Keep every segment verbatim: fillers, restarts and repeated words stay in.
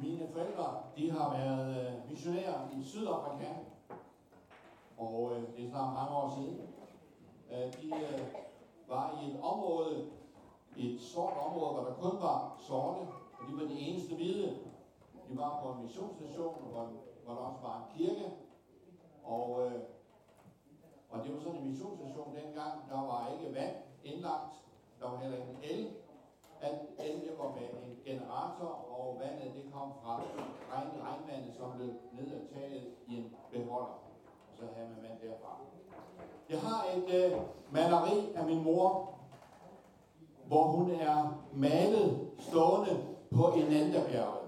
Mine forældre, de har været øh, missionærer i Sydafrika, og øh, det er snart mange år siden. Øh, de øh, var i et område, et sort område, hvor der kun var sorte, og de var de eneste hvide. De var på en missionsstation, hvor, hvor der også var en kirke, og, øh, og det var sådan en missionsstation dengang. Der var ikke vand indlagt, der var heller ikke el. Alt el det var med en generator, og vandet det kom fra regn, regnvandet, som løb ned ad taget i en beholder. Og så havde man vand derfra. Jeg har et øh, maleri af min mor, hvor hun er malet stående på en Enandabjerget.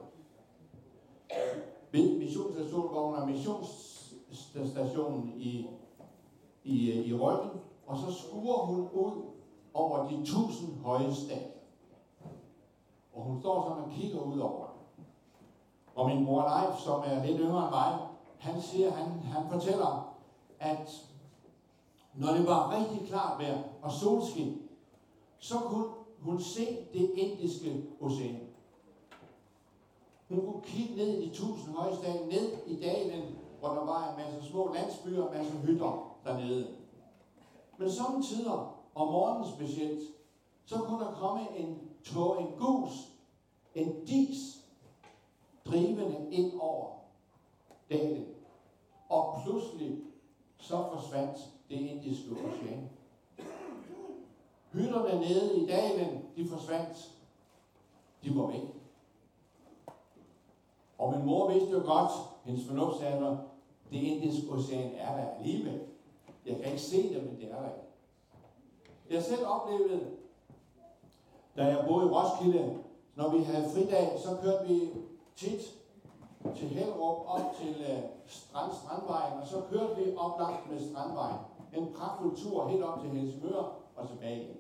Ved missionsstationen, hvor hun er missionsstationen i, i, i ryggen, og så skuer hun ud over de tusind høje stadier. Og hun står sådan og kigger ud over det. Og min mor Leif, som er lidt yngre end mig, han siger, han, han fortæller, at når det var rigtig klart vejr og solskin, så kunne hun se det Indiske Ocean. Hun kunne kigge ned i de tusind høje stadier, ned i dalen, hvor der var en masse små landsbyer og en masse hytter dernede. Men samtidig, om morgenen specielt, så kunne der komme en tog, en gus, en dis, drivende ind over dalen. Og pludselig så forsvandt det Indiske Ocean. Hytterne nede i dalen, de forsvandt. De var væk. Og min mor vidste jo godt, hendes fornuft sagde, at det Indiske Ocean er der alligevel. Jeg kan ikke se det, men det er der ikke. Jeg selv oplevede, da jeg boede i Roskilde, når vi havde fridag, så kørte vi tit til Hellerup op til uh, Strand, Strandvejen, og så kørte vi op langt med Strandvejen. En pragtfuld tur helt op til Helsingør og tilbage igen.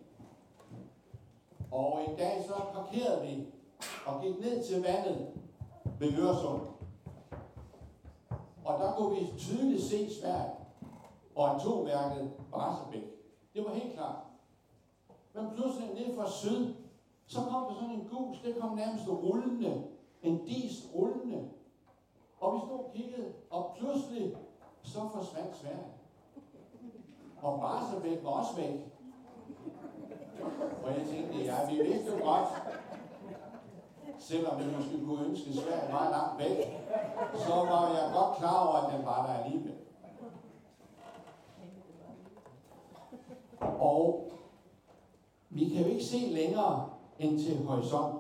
Og en dag så parkerede vi og gik ned til vandet ved Øresund. Og der kunne vi tydeligt se Sverige og atomværket Barsebäck. Det var helt klart. Men pludselig ned fra syd, så kom der sådan en gus, det kom nærmest rullende, en dis rullende. Og vi stod og kiggede, og pludselig så forsvandt Sverige. Og Barsebäck var også væk. Og jeg tænkte, ja, vi vidste jo godt, selvom vi måske kunne ønske Sverige meget langt væk, så var jeg godt klar over, at den var der alligevel. Og vi kan jo ikke se længere end til horisonten.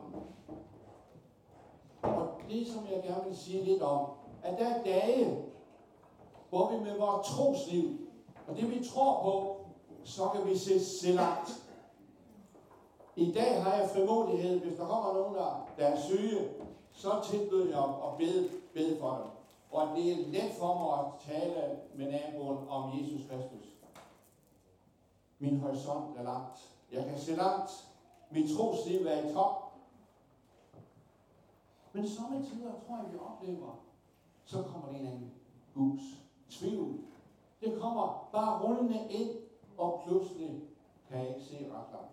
Og det, som jeg gerne vil sige lidt om, at der er dage, hvor vi med vores trosliv, og det vi tror på, så kan vi se, se langt. I dag har jeg frimodighed, hvis der kommer nogen, der, der er syge, så tilbyder jeg at bede, bede for dem. Og det er let for mig at tale med naboen om Jesus Kristus. Min horisont er langt. Jeg kan se langt. Mit trosliv er i top. Men sommetider tror jeg, vi oplever, så kommer det en anden gus. Tvivl. Det kommer bare rullende ind, og pludselig kan jeg ikke se ret langt.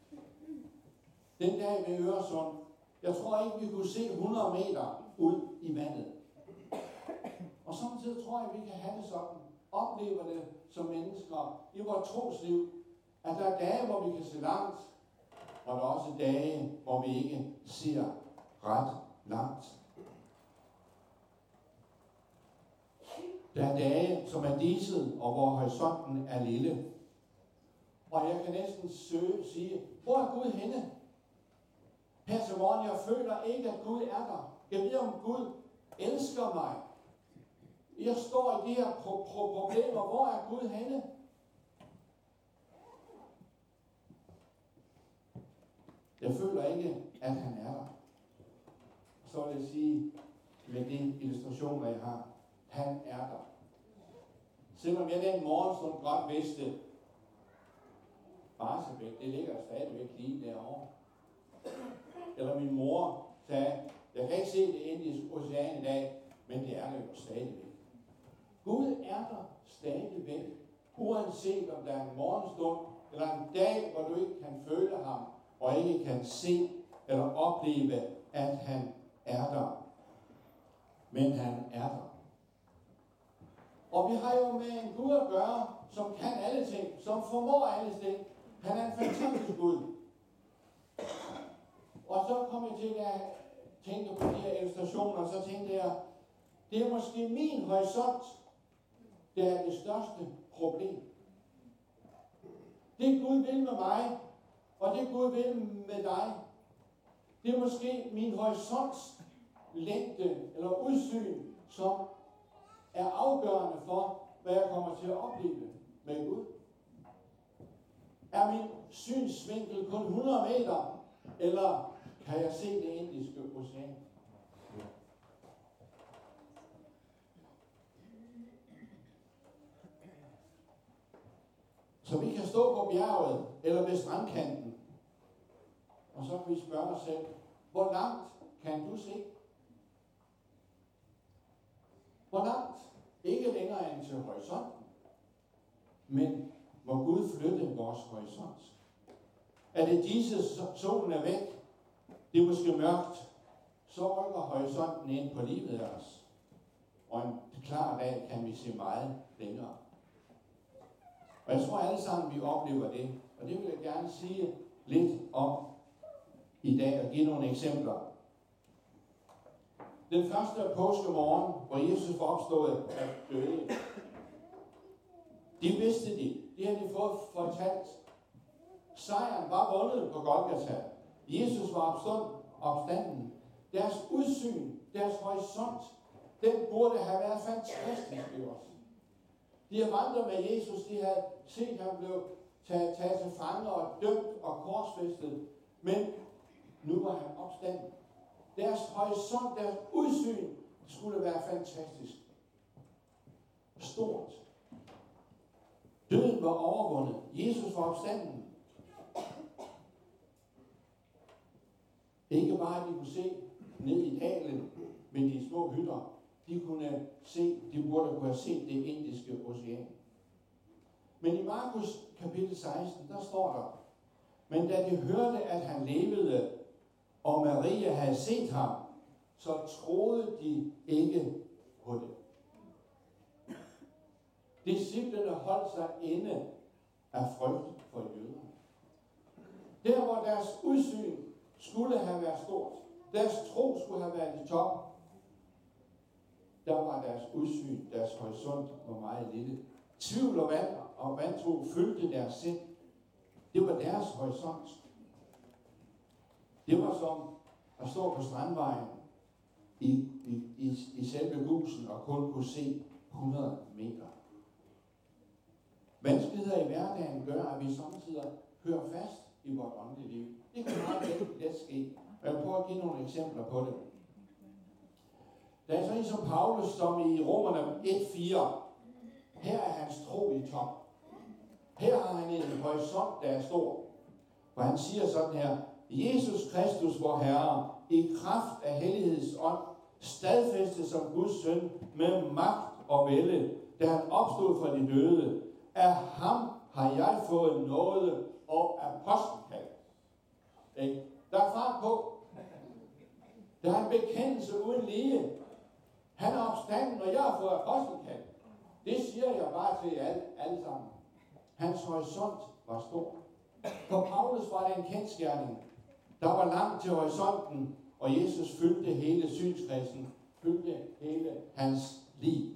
Den dag ved Øresund, jeg tror ikke, vi kunne se hundrede meter ud i vandet. Og samtidig tror jeg, vi kan have det sådan, oplever det som mennesker i vores trosliv, at der er dage, hvor vi kan se langt, og der er også dage, hvor vi ikke ser ret langt. Der er dage, som er diset, og hvor horisonten er lille. Og jeg kan næsten søge, sige, hvor er Gud henne? Her til morgen, jeg føler ikke, at Gud er der. Jeg ved, om Gud elsker mig. Jeg står i de her pro- pro- problemer. Hvor er Gud henne? Jeg føler ikke, at han er der. Så vil jeg sige, med de illustrationer, jeg har, han er der. Selvom jeg den morgenstund godt vidste, Barsebäck, det ligger stadigvæk lige derovre. Eller min mor sagde, jeg kan ikke se det Indiske Ocean i dag, men det er det jo stadigvæk. Gud er der stadigvæk, uanset om der er en morgenstund, eller en dag, hvor du ikke kan føle ham, og ikke kan se eller opleve, at han er der. men han er der. Og vi har jo med en Gud at gøre, som kan alle ting, som formår alle ting. Han er en fantastisk Gud. Og så kom jeg til at tænke på de her illustrationer, og så tænkte jeg, det er måske min horisont, der er det største problem. Det Gud vil med mig, og det Gud vil med dig, det er måske min horisonts længde eller udsyn, som er afgørende for, hvad jeg kommer til at opleve med Gud. Er min synsvinkel kun hundrede meter, eller kan jeg se det Indiske Ocean? Så vi kan stå på bjerget eller ved strandkanten, og så kan vi spørge os selv, hvor langt kan du se? Hvor langt? Ikke længere end til horisonten, men må Gud flytte vores horisont. Er det disse, solen er væk, det er måske mørkt, så rykker horisonten ind på livet af os. Og en klar dag kan vi se meget længere. Og jeg tror alle sammen, vi oplever det. Og det vil jeg gerne sige lidt om i dag og give nogle eksempler. Den første påskemorgen, hvor Jesus var opstået af døde, de vidste de. Det havde de fået fortalt. Sejren var vundet på Golgata. Jesus var opstået, opstanden. Deres udsyn, deres horisont, den burde have været fantastisk i os. De havde vandret med Jesus, de havde set ham blev taget, taget til fange og dømt og korsfæstet. Men nu var han opstanden. Deres horisont, deres udsyn skulle være fantastisk. Stort. Døden var overvundet. Jesus var opstanden. Ikke bare, at de kunne se ned i dalen med de små hytter. De kunne se, de burde kunne have set det Indiske Ocean. Men i Markus kapitel seksten, der står der, men da de hørte, at han levede, og Maria havde set ham, så troede de ikke på det. Disciplene holdt sig inde af frygt for jøderne. Der, hvor deres udsyn skulle have været stort, deres tro skulle have været i top, der var deres udsyn, deres horisont var meget lille. Tvivl og vand og vantro fyldte deres sind. Det var deres horisont. Det var som at stå på strandvejen i, i, i, i selve Gusen og kun kunne se hundrede meter. Vanskeligheder i hverdagen gør, at vi samtidig hører fast i vores åndelige liv. Det kan meget let, let ske. Jeg vil prøve at give nogle eksempler på det. Der er sådan en som Paulus, som i Romerne et fire. Her er hans tro i top. Her har han en horisont, der er stor. Hvor han siger sådan her, Jesus Kristus, vor Herre, i kraft af helligheds ånd, stadfæstet som Guds søn med magt og vælde, da han opstod fra de døde. Af ham har jeg fået nåde og apostelkald. Der er fart på. Der er en bekendelse uden lige. Han er opstanden, og jeg har fået apostelkald. Det siger jeg bare til jer alle, alle sammen. Hans horisont var stor. For Paulus var det en kendsgerning. Der var langt til horisonten, og Jesus fyldte hele synskredsen, fyldte hele hans liv.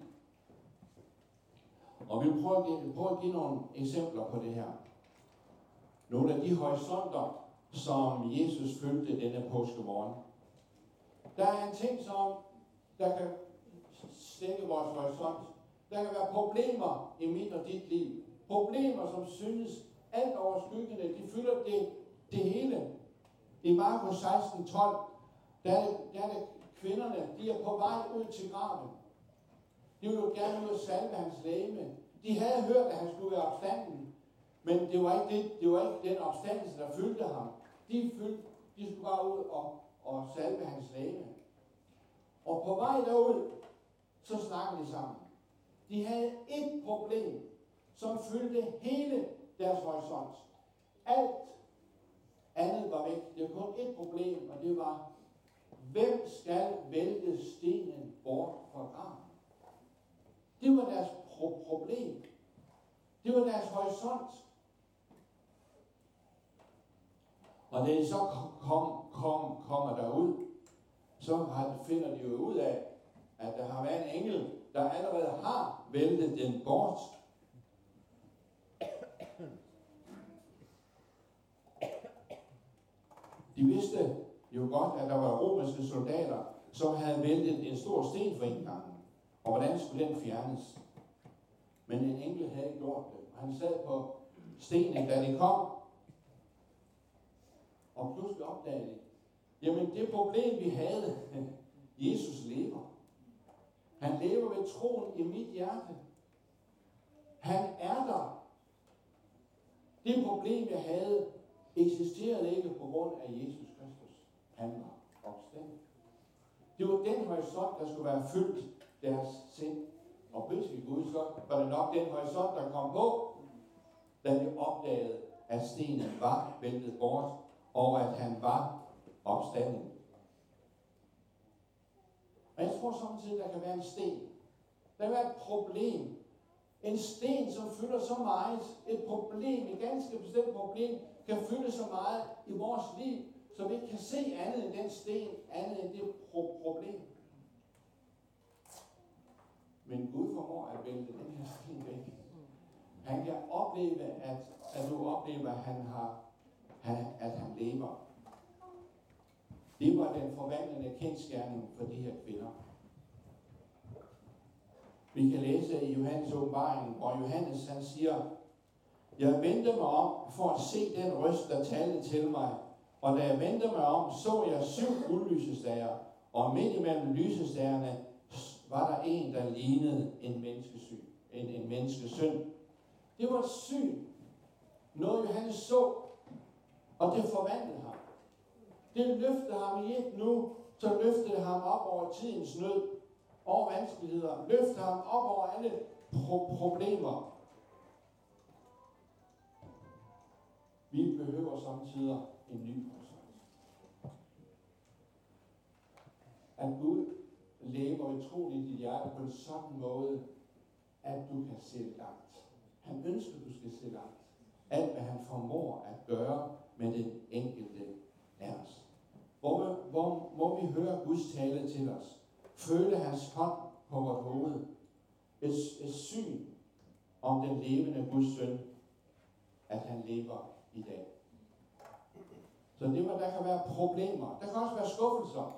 Og vi prøver at give, prøver at give nogle eksempler på det her. Nogle af de horisonter, som Jesus fyldte denne påskemorgen. Der er en ting, som der kan stikke vores horisont. Der kan være problemer i mit og dit liv. Problemer, som synes alt overskyggende. De fylder det, det hele. I Markus seksten tolv, der er, det, der er det kvinderne, de er på vej ud til graven. De ville jo gerne ud og salve hans legeme. De havde hørt, at han skulle være opstanden. Men det var ikke, det, det var ikke den opstandelse, der fyldte ham. De, fyldte, de skulle bare ud og, og salve hans legeme. Og på vej derud, så snakkede de sammen. De havde et problem, som fyldte hele deres horisont. Alt andet var væk. Det var kun et problem, og det var hvem skal vælte stenen bort fra graven? Det var deres pro- problem. Det var deres horisont. Og da de så kom, kom, kommer derud, så finder de jo ud af, at der har været en engel, der allerede har væltet den bort. De vidste jo godt, at der var romerske soldater, som havde væltet en stor sten for indgangen. Og hvordan skulle den fjernes? Men en engel havde gjort det. Han sad på stenen, da de kom. Og pludselig opdagede de, jamen det problem, vi havde, Jesus lever. Han lever ved troen i mit hjerte. Han er der. Det problem, jeg havde, eksisterede ikke på grund af Jesus Kristus. Han var opstanden. Det var den horisont, der skulle være fyldt deres sind. Og priselig Gud, så var det nok den horisont, der kom på, da de opdagede, at stenen var væltet bort, og at han var opstanden. Og jeg tror samtidig, der kan være en sten. Der kan være et problem. En sten, som fylder så meget. Et problem, et ganske bestemt problem, kan fylde så meget i vores liv, så vi ikke kan se andet end den sten, andet end det pro- problem. Men Gud formår at vælte den her sten væk. Han kan opleve, at, at du oplever, at han, har, han, at han lever. Det var den forvandlende kendsgerning for de her kvinder. Vi kan læse i Johannes åbenbaring, hvor Johannes han siger, jeg vendte mig om for at se den røst, der talte til mig. Og da jeg vendte mig om, så jeg syv guldlysestager, og midt imellem lysestagerne var der en, der lignede en menneskesyn, en, en menneskesøn. Det var et syn. Noget Johannes så, og det forvandlede ham. Det løftede ham i et nu, så løftede det ham op over tidens nød, over vanskeligheder, løftede ham op over alle pro- problemer. Vi behøver samtidig en ny horisont. At Gud lever utroligt i dit hjerte på en sådan måde, at du kan se langt. Han ønsker, at du skal se langt. Alt, hvad han formår at gøre med den enkelte af os. Hvor, hvor må vi høre Guds tale til os? Føle hans hånd på vort hoved. Et, et syn om den levende Guds søn, at han lever i dag. Så det var, der kan være problemer. Der kan også være skuffelser.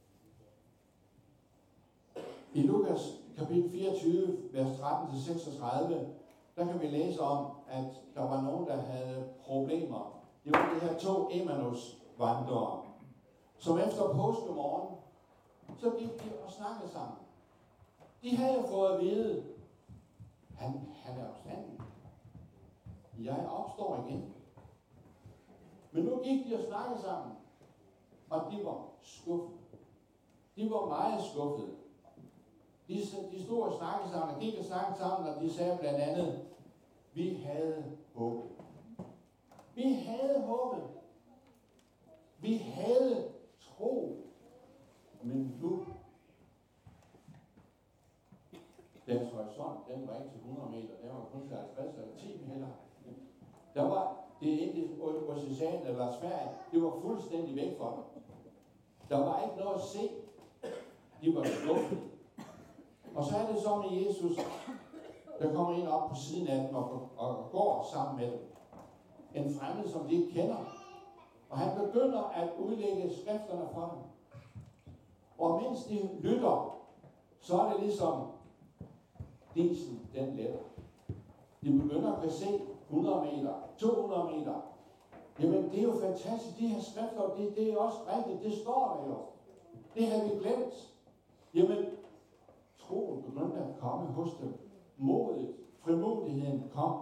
I Lukas kapitel fireogtyve, vers tretten til seksogtredive, der kan vi læse om, at der var nogen, der havde problemer. Det var de her to Emmaus-vandrere, som efter påskemorgen, så gik de og snakkede sammen. De havde fået at vide, han, han er opstanden. Jeg opstår igen. Men nu gik de og snakkede sammen, og de var skuffede. De var meget skuffede. De, de stod og snakkede sammen, og gik og snakkede sammen, og de sagde blandt andet, vi havde håbet. Vi havde håbet. Vi havde tro. Men nu, deres horisont, den var ikke til hundrede meter, den var kun til halvtreds eller ti meter. Der var det indiske ocean eller Sverige, det var fuldstændig væk fra dem. Der var ikke noget at se. De var skuffede. Og så er det så med Jesus, der kommer ind op på siden af dem og, og går sammen med dem. En fremmed, som de ikke kender. Og han begynder at udlægge skrifterne for dem. Og mens de lytter, så er det ligesom diesel, den letter. De begynder at kan se hundrede meter, to hundrede meter. Jamen, det er jo fantastisk. De her skrifter, det, det er også rigtigt. Det står der jo. Det har vi glemt. Jamen, troen begyndte at komme hos dem. Modet, frimodigheden kom.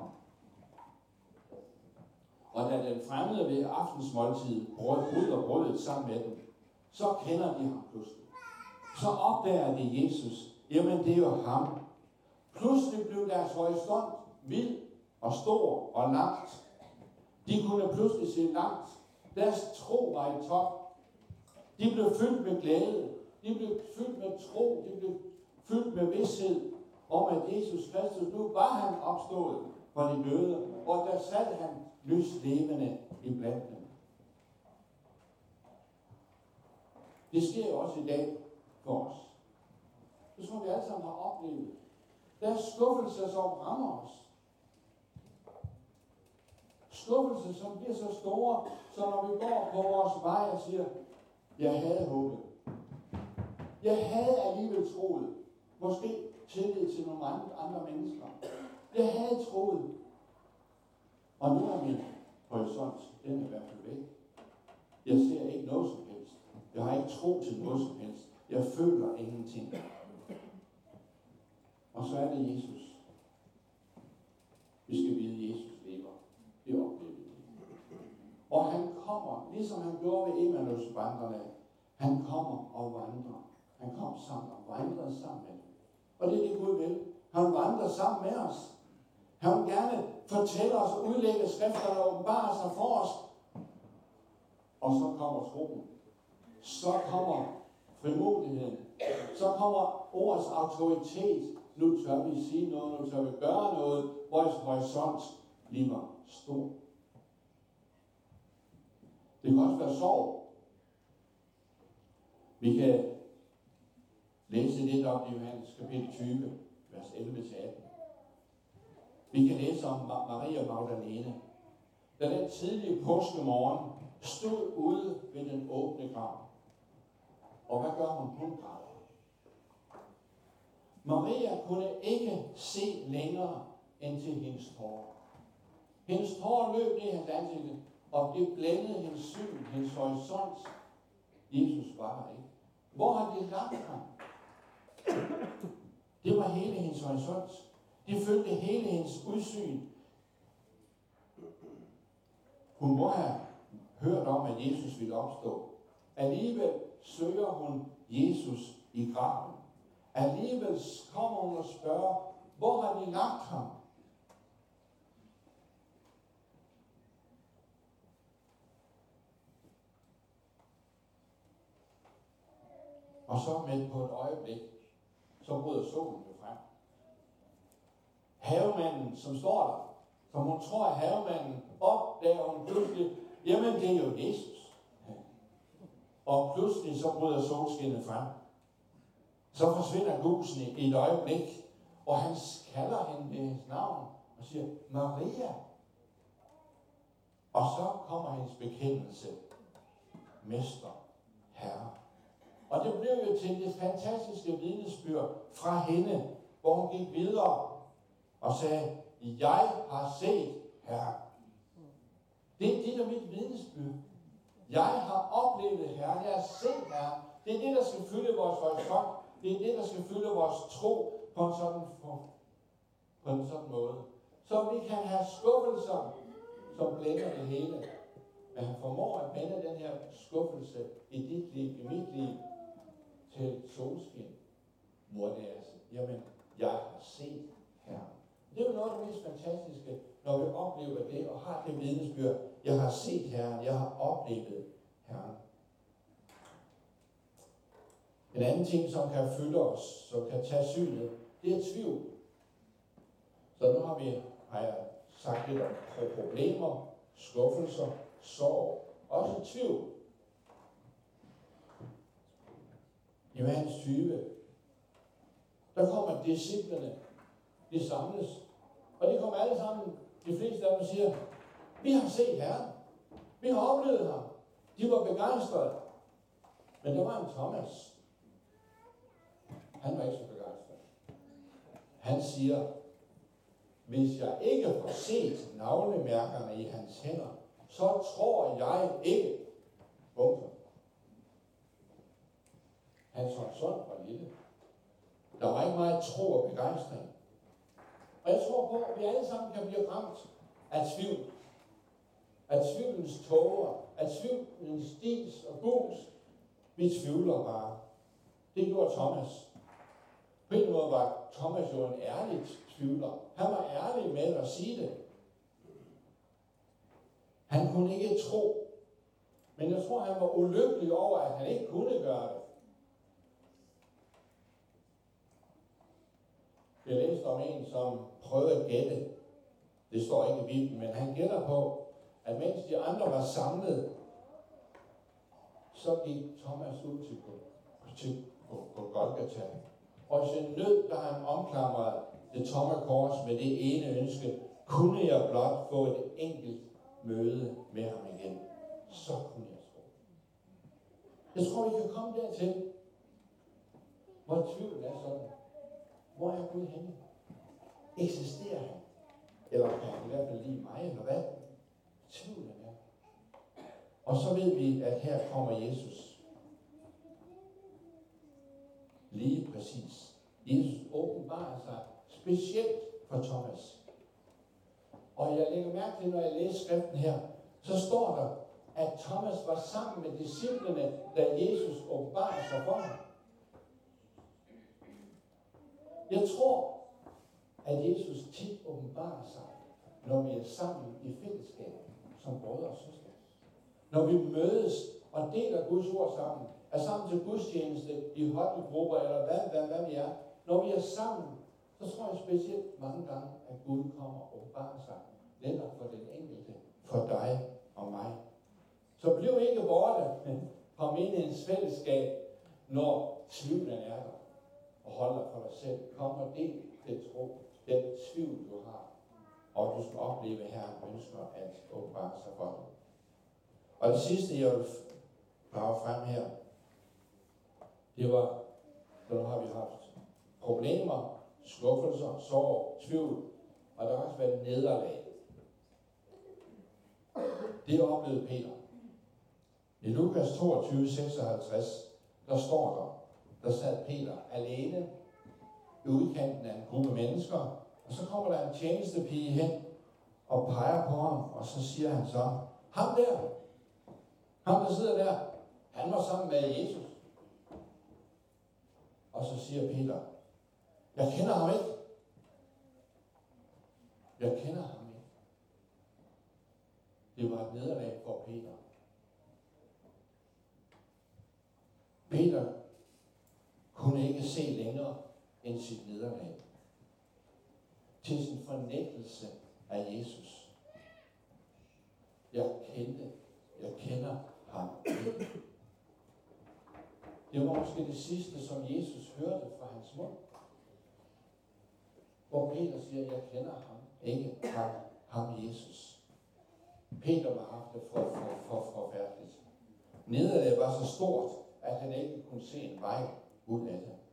Og da den fremmede ved aftensmåltid brød ud og brødet sammen med dem, så kender de ham pludselig. Så opdager de Jesus. Jamen, det er jo ham. Pludselig blev deres horisont vild og stor og langt. De kunne pludselig se langt. Deres tro var i top. De blev fyldt med glæde. De blev fyldt med tro. De blev fyldt med vidsthed om, at Jesus Kristus, nu var han opstået fra de døde, og der satte han lys levende i blandt dem. Det sker jo også i dag for os. Det tror vi alle sammen har oplevet. Der er skuffelser, som rammer os. Skuffelser, som bliver så store, så når vi går på vores vej og siger, jeg havde håbet. Jeg havde alligevel troet. Måske tillid til nogle andre mennesker. Jeg havde troet. Og nu er min horisont, den er i hvert fald væk. Jeg ser ikke noget som helst. Jeg har ikke tro til noget som helst. Jeg føler ingenting. Og så er det Jesus. Vi skal vide, at Jesus lever. Det oplever vi. Og han kommer, ligesom han gjorde ved Emmausvandrerne. Han kommer og vandrer. Han kom sammen og vandrede sammen med dem. Og det er det Gud vil. Han vandrer sammen med os. Han vil gerne fortælle os og udlægge skrifterne og åbenbare sig for os. Og så kommer troen. Så kommer frimodigheden. Så kommer ordets autoritet. Nu tør vi sige noget, nu tør vi gøre noget. Vores horisont bliver stor. Det kan også være sorg. Vi kan læse lidt om i Johannes kapitel tyve, vers elleve til atten. Vi kan læse om Maria Magdalene, da den tidlige påskemorgen stod ude ved den åbne grav. Og hvad gør hun? Hun græder. Maria kunne ikke se længere end til hendes tårer. Hendes tårer løb ned i hans ansigt, og det blændede hendes syn, hendes horisont. Jesus var der ikke. Hvor har det lagt ham? Det var hele hendes horisont. Det følte hele hendes udsyn. Hun må have hørt om, at Jesus ville opstå. Alligevel søger hun Jesus i graven. Alligevel kommer hun og spørger, hvor har de lagt ham? Og så med på et øjeblik, så bryder solen jo frem. Havemanden, som står der, som hun tror er havemanden, opdager hun pludselig, jamen det er jo Jesus. Og pludselig så bryder solskinnet frem. Så forsvinder gusen i et øjeblik, og han kalder hende med hendes navn og siger, Maria. Og så kommer hendes bekendelse, Mester, Herre. Og det blev jo til det fantastiske vidnesbyrd fra hende, hvor hun gik videre og sagde, jeg har set Herre. Det er det, der er mit vidnesbyrd. Jeg har oplevet Herre, jeg har set Herre. Det er det, der skal fylde vores horisont. Det er det, der skal fylde vores tro på en sådan, på en sådan måde. Så vi kan have skuffelser, som blænder det hele. Men han formår at vende den her skuffelse i dit liv, i mit liv, til solskin, hvor det er, jamen, jeg har set Herren. Det er jo noget af det mest fantastiske, når vi oplever det, og har det vidnesbyrd, jeg har set Herren, jeg har oplevet Herren. En anden ting, som kan fylde os, som kan tage synet, det er tvivl. Så nu har vi, har jeg sagt lidt om problemer, skuffelser, sorg, også tvivl. I Johannes tyve, der kommer disciplene, de samles, og de kommer alle sammen, de fleste af dem siger, vi har set Herren, vi har oplevet ham, de var begejstrede, men der var en Thomas, han var ikke så begejstret. Han siger, hvis jeg ikke får set navlemærkerne i hans hænder, så tror jeg ikke. Punktum. Hans horisont var lille. Der var ikke meget tro og begejstring. Og jeg tror på, at vi alle sammen kan blive ramt af tvivl. Af tvivlens tåger, af tvivlens dis og bus. Vi tvivler bare. Det gjorde Thomas. På en måde var Thomas jo en ærlig tvivler. Han var ærlig med at sige det. Han kunne ikke tro. Men jeg tror, han var ulykkelig over, at han ikke kunne gøre det. Jeg læste om en, som prøvede at gætte. Det står ikke i Bibelen, men han gætter på, at mens de andre var samlet, så gik Thomas ud til, til på, på Golgata. Og i sin nød, der han omklamrede det tomme kors med det ene ønske, kunne jeg blot få et enkelt møde med ham igen. Så kunne jeg tro. Jeg tror, vi kan komme dertil, hvor tvivlen er sådan. Hvor er Gud henne? Eksisterer han? Eller kan han i hvert fald lide mig, eller hvad? Tvivlen er. Og så ved vi, at her kommer Jesus. Lige præcis. Jesus åbenbarer sig specielt for Thomas. Og jeg lægger mærke til, når jeg læser skriften her, så står der, at Thomas var sammen med disciplene, da Jesus åbenbarer sig for ham. Jeg tror, at Jesus tit åbenbarer sig, når vi er sammen i fællesskab som brødre og søstre. Når vi mødes og deler Guds ord sammen, er sammen til gudstjeneste i hottelgrupper eller hvad, hvad, hvad vi er. Når vi er sammen, så tror jeg specielt mange gange, at Gud kommer og åbenbarer sig netop for den enkelte, for dig og mig. Så bliv ikke borte fra menighedens fællesskab, når tvivlen er der, og hold dig for dig selv. Kom og del den tro, den tvivl, du har, og du skal opleve, at Herren ønsker at åbenbare sig for dig. Og det sidste, jeg vil drage frem her, det var, så nu har vi haft problemer, skuffelser, sorg, tvivl, og der har også været nederlag. Det oplevede Peter. I Lukas toogtyve seksoghalvtreds, der står der, der sad Peter alene i udkanten af en gruppe mennesker, og så kommer der en tjenestepige hen og peger på ham, og så siger han så, ham der, ham der sidder der, han var sammen med Jesus. Og så siger Peter, jeg kender ham ikke. Jeg kender ham ikke. Det var et nederlag for Peter. Peter kunne ikke se længere end sit nederlag. Til sin fornægtelse af Jesus. Jeg kendte, jeg kender ham ikke. Det var måske det sidste, som Jesus hørte fra hans mund. Hvor Peter siger, jeg kender ham ikke, ham, ham Jesus. Peter var haft det for, for, for forfærdeligt. Nederlaget var så stort, at han ikke kunne se en vej ud af det.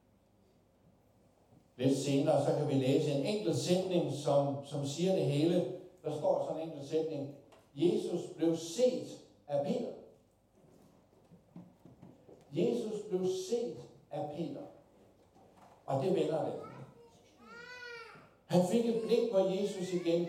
Lidt senere, så kan vi læse en enkelt sætning, som, som siger det hele. Der står sådan en enkelt sætning. Jesus blev set af Peter. Jesus blev set af Peter. Og det vender det. Han fik et blik på Jesus igen.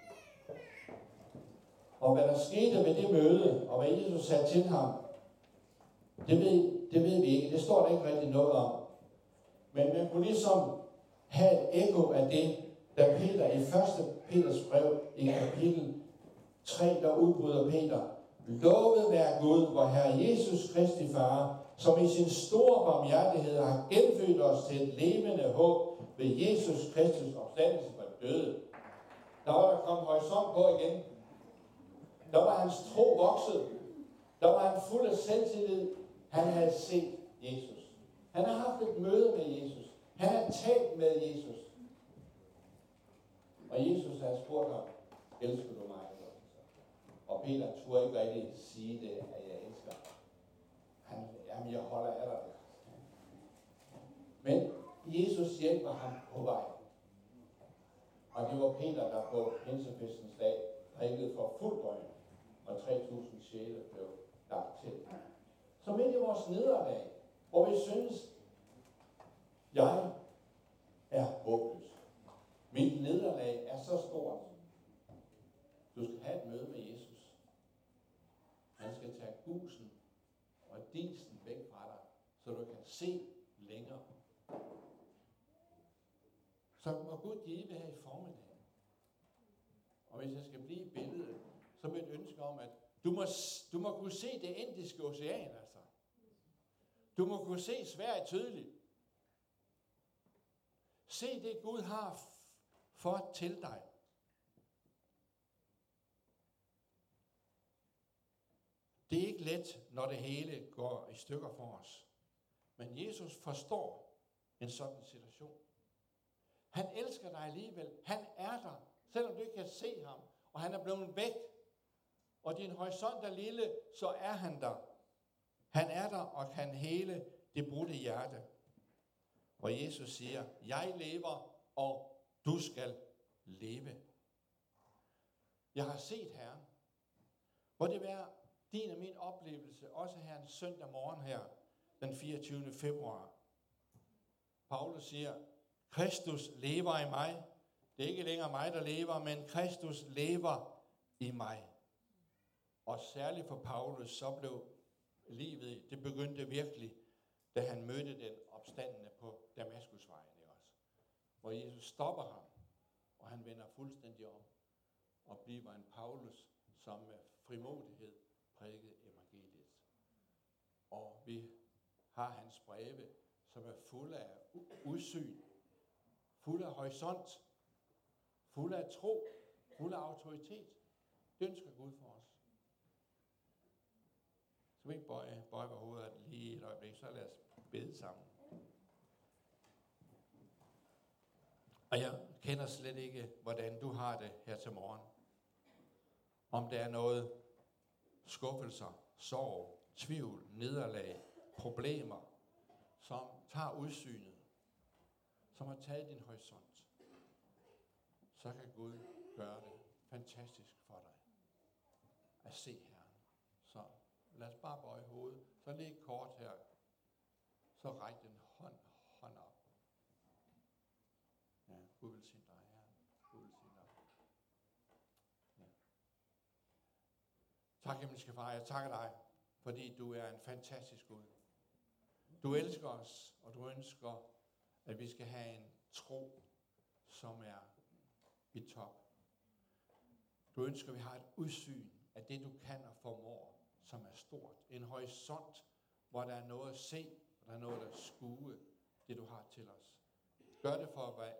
Og hvad der skete ved det møde, og hvad Jesus sagde til ham, det ved, det ved vi ikke. Det står der ikke rigtig noget om. Men man kunne ligesom have et ekko af det, da Peter i første Peters brev i kapitel tre, der udbryder Peter. Lovet være Gud, vor Herre Jesus Kristi Far, som i sin store barmhjertighed har genfødt os til et levende håb ved Jesus Kristus opstandelse fra døde. Der var der kommet horisont på igen. Der var hans tro vokset. Der var han fuld af selvtillid. Han havde set Jesus. Han har haft et møde med Jesus. Han har talt med Jesus. Og Jesus havde spurgt ham, elsker du mig? Og Peter turde ikke rigtig sige det, at jeg elsker. Han, jamen jeg holder af dig. Men Jesus hjælper ham på vej. Og det var Peter, der på pinsefestens dag prædikede for fuld drøm, og tre tusind sjæle blev lagt til. Så midt i vores nederlag, hvor vi synes, jeg er håbløs. Mit nederlag er så stort. Du skal have et møde med Jesus. Han skal tage gusen og disen væk fra dig, så du kan se længere. Så må Gud give her i formiddag. Og hvis jeg skal blive i billedet, så vil et ønske om, at Du må, du må kunne se det Indiske Ocean, altså. Du må kunne se Sverige tydeligt. Se det Gud har for til dig. Det er ikke let, når det hele går i stykker for os. Men Jesus forstår en sådan situation. Han elsker dig alligevel. Han er der, selvom du ikke kan se ham. Og han er blevet væk. Og din horisont er lille, så er han der. Han er der og kan hele det brudte hjerte. Og Jesus siger, jeg lever, og du skal leve. Jeg har set Herren. Må det være din og min oplevelse, også her en søndag morgen her, den fireogtyvende februar. Paulus siger, Kristus lever i mig. Det er ikke længere mig, der lever, men Kristus lever i mig. Og særligt for Paulus, så blev livet, det begyndte virkelig, da han mødte den opstandende på Damaskusvejen, ikke også? Hvor Jesus stopper ham, og han vender fuldstændig om, og bliver en Paulus, som med frimodighed prædikede evangeliet. Og vi har hans breve, som er fulde af udsyn, fulde af horisont, fulde af tro, fulde af autoritet. Det ønsker Gud for os. Så vi ikke bøje, bøje på hovedet lige et øjeblik, så lad os bede sammen. Og jeg kender slet ikke, hvordan du har det her til morgen. Om der er noget skuffelser, sorg, tvivl, nederlag, problemer, som tager udsynet, som har taget din horisont, så kan Gud gøre det fantastisk for dig at se Herren. Så lad os bare bøje hovedet. Så læg kort her. Så ræk den hånd, hånd op. Ja, Gud vil sige dig, Herren. Gud vil sige dig. Ja. Tak, himmelske far. Jeg takker dig, fordi du er en fantastisk Gud. Du elsker os, og du ønsker, at vi skal have en tro, som er i top. Du ønsker, at vi har et udsyn af det, du kan og formår, som er stort. En horisont, hvor der er noget at se, og der er noget at skue, det du har til os. Gør det for at være